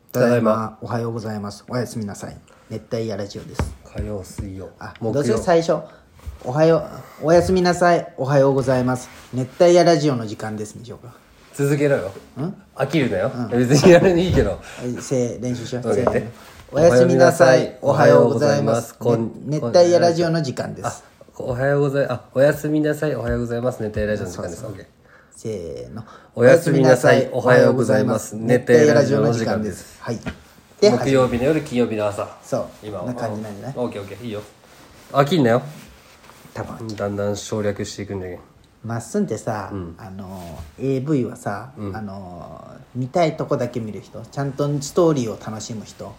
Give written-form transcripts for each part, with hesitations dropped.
ただいま。おはようございます。おやすみなさい。熱帯夜ラジオです。 火曜水曜どうせ最初おやすみなさい。おはようございます。熱帯夜ラジオの時間ですにしようか。 続けろよ。飽きるなよ。別にやるでいいけど。 練習しよう。 おやすみなさい。おはようございます。 熱帯夜ラジオの時間です。 おはようございます。おやすみなさい。おはようございます。熱帯夜ラジオの時間です。 せーの。 おやすみなさい。おはようございます。熱帯夜ラジオの時間です。 はい。 木曜日の夜、金曜日の朝。 そう。今こんな感じなんじゃない？ オッケーオッケー、いいよ。飽きんなよ。 多分。 だんだん省略していくんだけど。 まっすんってさ、AV はさ、見たいとこだけ見る人、ちゃんとストーリーを楽しむ人。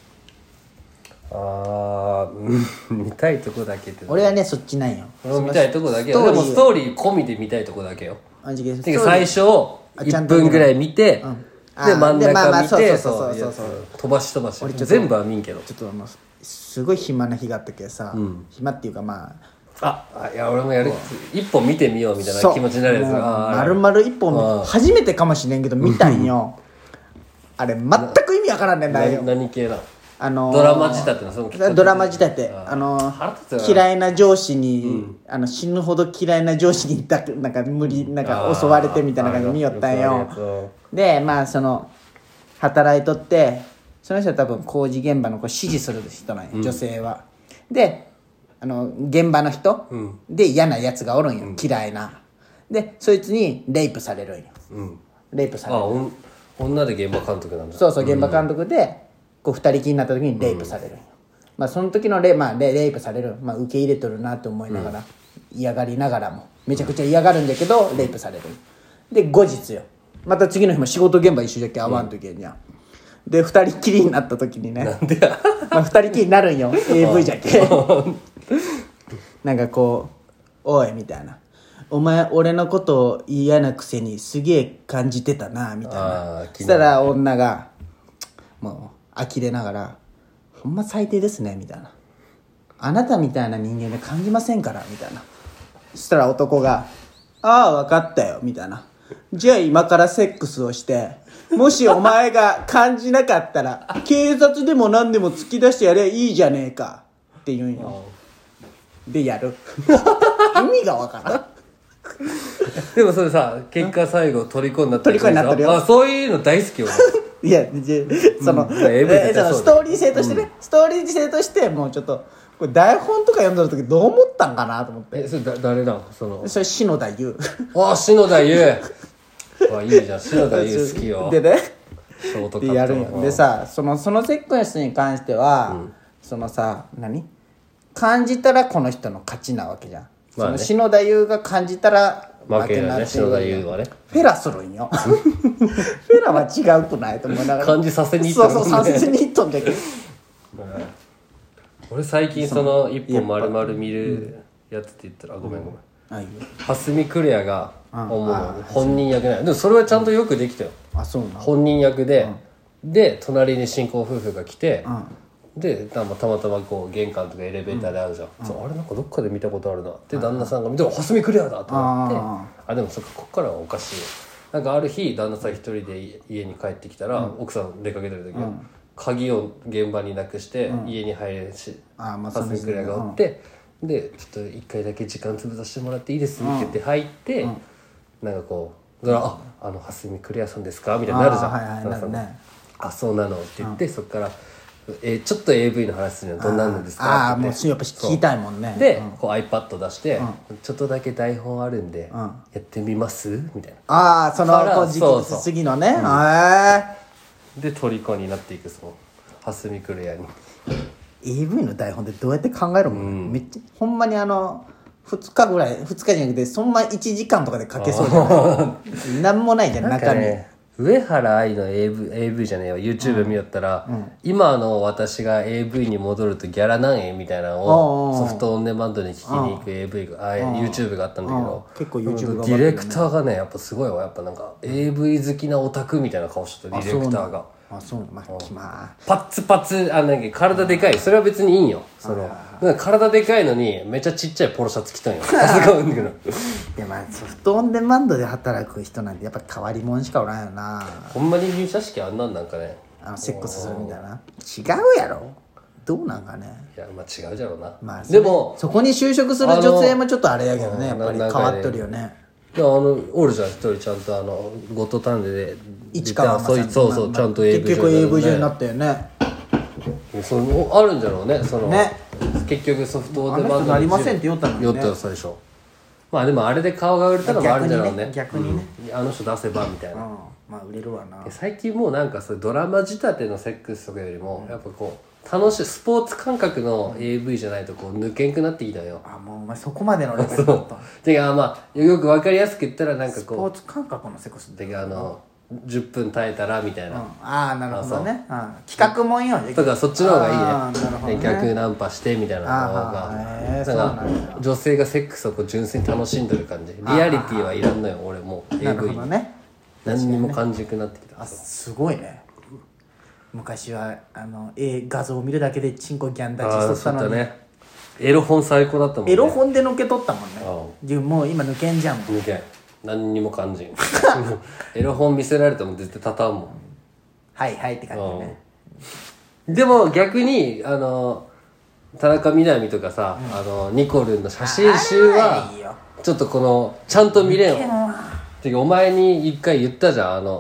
見たいとこだけって。 俺はねそっちなんよ。 俺見たいとこだけよ。でもストーリー込みで見たいとこだけよ。最初1分ぐらい見て、で真ん中見て、飛ばし全部は見んけど。 ちょっとすごい暇な日があったけどさ、暇っていうかいや俺もやる、一本見てみようみたいな気持ちになるやつ。 丸々一本初めてかもしれんけど見たんよ。あれ全く意味わからんねんだよ。 何系なの？ドラマ仕立てのそのドラマ仕立て嫌いな上司に、死ぬほど嫌いな上司になんか襲われてみたいな感じで見よったんよ。でその働いとって、その人は多分工事現場の指示する人なんよ、女性は。で現場の人、で嫌なやつがおるんよ、嫌いな。でそいつにレイプされるんよ、レイプされる。 女で現場監督なんだ。 そう現場監督で2人きりになった時にレイプされるんよ。その時のレイプされる、受け入れとるなって思いながら、嫌がりながらもめちゃくちゃ嫌がるんだけどレイプされる。で後日よ、また次の日も仕事現場一緒じゃけ会わんといけんじゃん。で2人きりになった時にね、 なんでや 2人きりになるんよAV じゃけなんかこうおいみたいな、お前俺のことを嫌なくせにすげえ感じてたなみたいな。そしたら女がもう呆れながら、ほんま最低ですねみたいな、あなたみたいな人間で感じませんからみたいな。そしたら男が分かったよみたいな、じゃあ今からセックスをして、もしお前が感じなかったら警察でも何でも突き出してやればいいじゃねえかって言うんよ。でやる意味がわからんでもそれさ、結果最後虜になってる。 虜になってるよ。 そういうの大好きよ。 いやそのストーリー性としてね、ストーリー性としてもうちょっとこれ台本とか読んだ時どう思ったんかなと思って。 それ誰だそれ篠田優。 篠田優いいじゃん、篠田優好きよ。 でねショートカットでやるんよ。でさ、そのセックスに関しては、そのさ感じたらこの人の勝ちなわけじゃん。その篠田優が感じたら負けになってる。篠田優はねフェラするんよフェラは違うくないと思いながら感じさせにいっとんね。 そうさせにいっとんじゃけど俺最近その一本丸々見るやつって言ったらごめん蓮見クレアが本人役なんや。でもそれはちゃんとよくできたよ。本人役で隣に新婚夫婦が来て、でたまたまこう玄関とかエレベーターで会うじゃん。あれなんかどっかで見たことあるなって旦那さんが見て、蓮見クレアだと思って、でもそっか、こっからはおかしいよ。なんかある日旦那さん一人で家に帰ってきたら、奥さん出かけてる時は鍵を現場になくして家に入れし、蓮見クレアがおって、でちょっと一回だけ時間潰させてもらっていいですって言って入って、なんかこう蓮見クレアさんですかみたいになるじゃん。旦那さんがそうなのって言って、そっからちょっと AV の話するのどんなんですかってもうやっぱ聞きたいもんね。 でこう iPad 出してちょっとだけ台本あるんでやってみますみたいな。その次のね。 で虜になっていくその蓮見クレアに。 AV の台本ってどうやって考えるもん。めっちゃほんまに2日ぐらい、2日じゃなくてそんま1時間とかで書けそうじゃないなんもないじゃん中身。 上原愛の AV じゃねえよ YouTube 見よったら、今の私が AV に戻るとギャラ何円みたいなのをソフトオンデマンドに聞きに行く AV がYouTube があったんだけど、 結構 YouTube がディレクターがねやっぱすごいわ。やっぱなんか AV 好きなオタクみたいな顔してたディレクターが。パッツパツ体でかい。それは別にいいんよ。体でかいのにめっちゃちっちゃいポロシャツ着たんよ。 いやソフトオンデマンドで働く人なんてやっぱ変わり者しかおらんよな。 ほんまに入社式あんなんかねセックスするみたいな。違うやろ。どうなんかね。 いやまあ違うじゃろうな、 まあ、 でもそこに就職する女性もちょっとあれやけどね、やっぱり変わっとるよね。 でもおるじゃん一人ちゃんとゴッドタンデで市川正樹そうちゃんと AV 結局 AV 女になったよね。 あるんじゃろうねね。 結局ソフトでなりませんって言ったのにね。 言ったよ最初。まあでもあれで顔が売れたのもあるんだろうね。 逆にね、 あの人出せばみたいな。 まあ売れるわな。 最近もうなんかそういうドラマ仕立てのセックスとかよりもやっぱこう楽しいスポーツ感覚の AV じゃないとこう抜けんくなってきたよ。 もうお前そこまでのレベルだった。 てかまあよく分かりやすく言ったらなんかこうスポーツ感覚のセックスてか10分耐えたらみたいな、 なるほどね。企画もんよとかそっちの方がいいね。 なるほどね。 逆ナンパしてみたいなのが女性がセックスをこう純粋に楽しんでる感じ。リアリティはいらんのよ俺もう AV に何にも感じなくなってきた。 すごいね。昔は画像を見るだけでチンコギャン立ちしとったのにね。 エロ本最高だったもんね。 エロ本で抜けとったもんね。もう今抜けんじゃん。 抜けん何にも感じんエロ本見せられても絶対立たんもん。 はいはいって感じね。 でも逆に田中みな実とかさ、ニコルンの写真集はちょっとちゃんと見れんわ。てかお前に一回言ったじゃん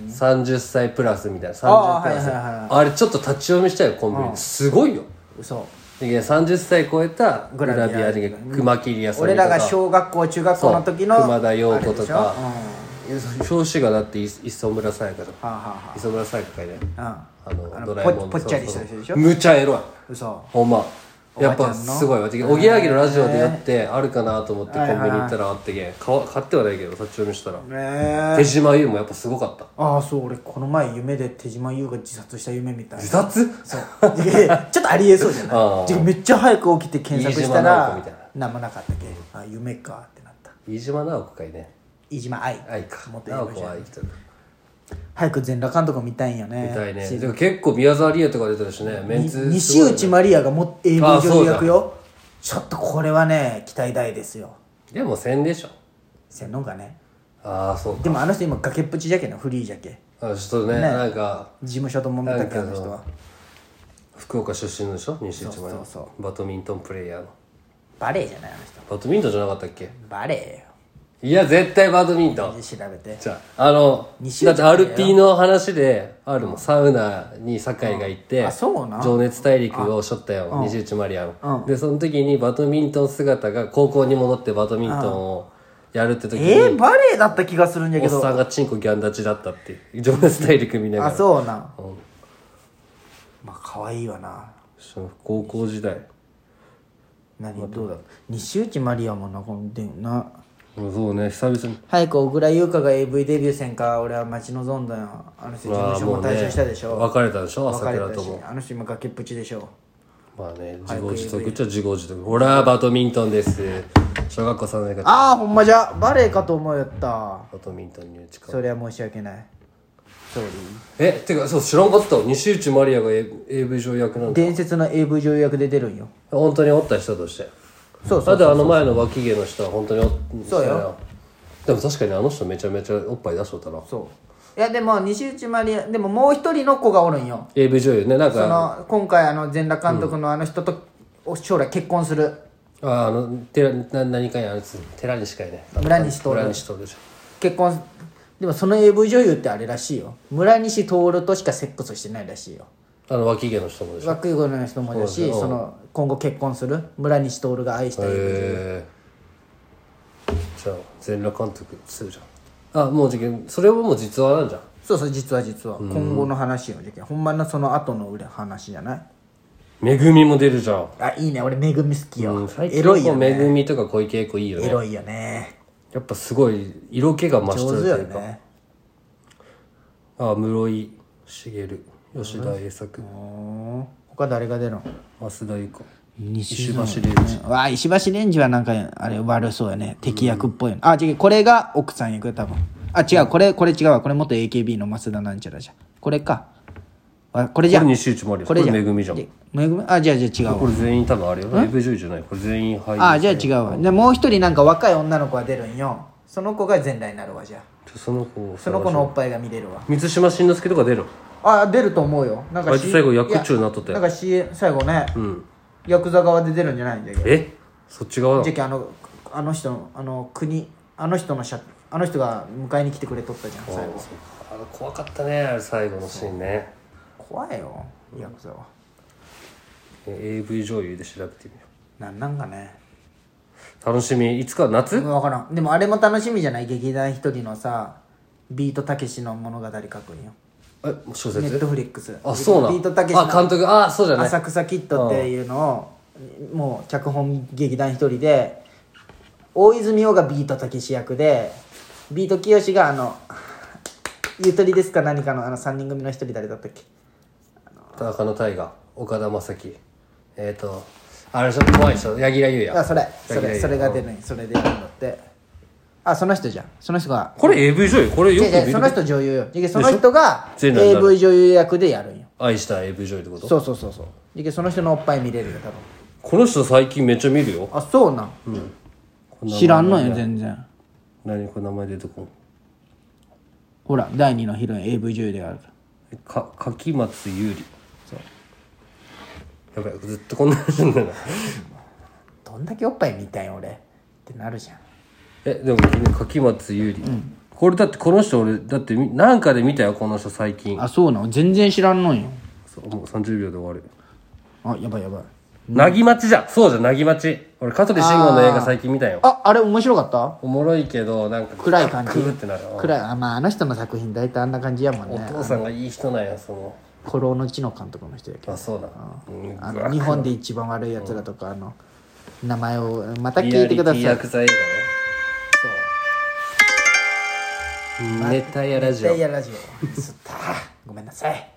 30歳プラスみたいな30プラスあれちょっと立ち読みしたよコンビニすごいよ。 嘘。 30歳超えたグラビアで熊切屋さんとか俺らが小学校中学校の時の熊田曜子とか表紙がだって磯村さやかじゃん。磯村さやかかいねドラえもんぽっちゃりした人でしょ。 むちゃエロい。 嘘。 ほんまやっぱすごいわ。おぎやはぎのラジオでやってあるかなと思ってコンビニ行ったらあってけん買ってはないけど立ち読みしたら手島優もやっぱすごかった。 そう俺この前夢で手島優が自殺した夢みたいな。 自殺？ そうちょっとありえそうじゃないめっちゃ早く起きて検索したら何もなかったけ夢かってなった。 飯島直子かいね。 飯島愛か直子は生きてる。 早く全裸監督見たいんよね。 見たいね。でも結構宮沢りえとか出てるしね。 西内まりやがAV 女優役よ。ちょっとこれはね期待大ですよ。 でもせんでしょ。 せんのがね。 そうか。 でもあの人今崖っぷちじゃけのフリーじゃけ。 ちょっとねなんか事務所ともめたけあの人は。 福岡出身のでしょ西内まりや。バドミントンプレイヤーの。 バレーじゃないあの人。 バドミントンじゃなかったっけ？ バレーよ。 いや絶対バドミントン。 調べて。 じゃあだってアルピーの話であるもん。サウナに酒井が行って情熱大陸をしょったよ西内まりやの。でその時にバドミントン姿が高校に戻ってバドミントンをやるって時にバレーだった気がするんだけどおっさんがチンコギャン立ちだったっていう情熱大陸見ながら。 そうな。まあ可愛いわな。 高校時代どうだ西内まりやもなこのでな。 そうね久々に早く小倉優香が AV デビューせんか俺は待ち望んだよ。あの人事務所も退所したでしょ。 別れたでしょ朝倉とも。 あの人今崖っぷちでしょ。 まあね自業自得っちゃ自業自得。俺はバドミントンです小学校3年間。ほんまじゃバレーかと思うよった。 バドミントンに打ち込む。 それは申し訳ない。ソーリー。てかそう知らんかった。西内まりやが AV 女優役なんだ。 伝説の AV 女優役で出るんよ。 本当におった人として。 そうだって前の脇毛の人は本当にそうよ。 でも確かにあの人めちゃめちゃおっぱい出しとったな。 そういやでも西内まりやでももう一人の子がおるんよ AV 女優ね。なんか今回全裸監督のあの人と将来結婚する。 何かや寺西かいね。 村西徹でしょ。結婚でもその AV 女優ってあれらしいよ。村西徹としかセックスしてないらしいよ。 脇毛の人もでしょ。 脇毛の人もだし今後結婚する村西徹が愛した AV 女優。 じゃあ全裸監督するじゃん。もうそれはもう実話なんじゃん。 そう実は今後の話よ。ほんまのその後の話じゃない。 めぐみも出るじゃん。 いいね俺めぐみ好きよ。 エロいよね。めぐみとか小池栄子いいよね。 エロいよね。 やっぱすごい色気が増してるというか。 上手よね。 室井茂吉田栄作。 他誰が出るの？ 増田由香。 石橋レンジ。石橋レンジはなんかあれ悪そうやね。敵役っぽいよね。違うこれが奥さん役多分。違うこれ違うわ。これ元 AKB の増田なんちゃらじゃん。これか。これじゃん。 これ西内まりや。これめぐみじゃん。 めぐみ？じゃあ違うわ。 これ全員多分あれよ。AV 女優じゃない。これ全員俳優。 じゃあ違うわ。でもう一人なんか若い女の子が出るんよ。その子が全裸になるわじゃあ。 その子のおっぱいが見れるわ。 満島真之介とか出る。 出ると思うよ。なんかあいつ最後役中になっとったよ。 なんか最後ね、ヤクザ側で出るんじゃないんだけど。 そっち側じゃああの人のあの人が迎えに来てくれとったじゃん、最後。 怖かったね、あれ最後のシーンね。 怖いよヤクザは。 AV 女優で調べてみよう。なんかね、 楽しみ。いつか夏？ 分からん。でもあれも楽しみじゃない？劇団一人のさ、ビートたけしの物語書くんよ。 小説？ ネットフリックス。 そうなん。 ビートたけしの監督。そうじゃない。 浅草キッドっていうのを、もう脚本劇団一人で、大泉洋がビートたけし役で、ビートきよしがゆとりですか何かの3人組の一人誰だったっけ？ 田中の大河、岡田将生、あれでしょ、怖いでしょ、柳楽優弥。 それが出るん、それでやるんだって。その人じゃん。その人がこれ AV 女優？これよく見る。 その人女優よ。その人が AV 女優役でやるんよ。 愛した AV 女優ってこと？ そうその人のおっぱい見れるよ多分。 この人最近めっちゃ見るよ。 そうなん。知らんのよ全然。 何これ名前出てこん。 ほら第2のヒロイン AV 女優である柿松優里。やばい、ずっとこんな話なんだな。 どんだけおっぱい見たいん俺ってなるじゃん。 でも君柿松優里、これだってこの人俺だってなんかで見たよこの人最近。 そうなの？全然知らんのんよ。 もう30秒で終わる。 やばい。 なぎまちじゃん。そうじゃん、なぎまち。俺香取慎吾の映画最近見たよ。 あれ面白かった？ おもろいけどなんか暗い感じ。 クーってなる。 暗い。あの人の作品大体あんな感じやもんね。 お父さんがいい人なんや、その古老の地の監督の人やけど。 そうだ。 日本で一番悪いやつらとか名前をまた聞いてください。 リアリティヤクザ映画ね。熱帯夜ラジオ。 熱帯夜ラジオ。ごめんなさい。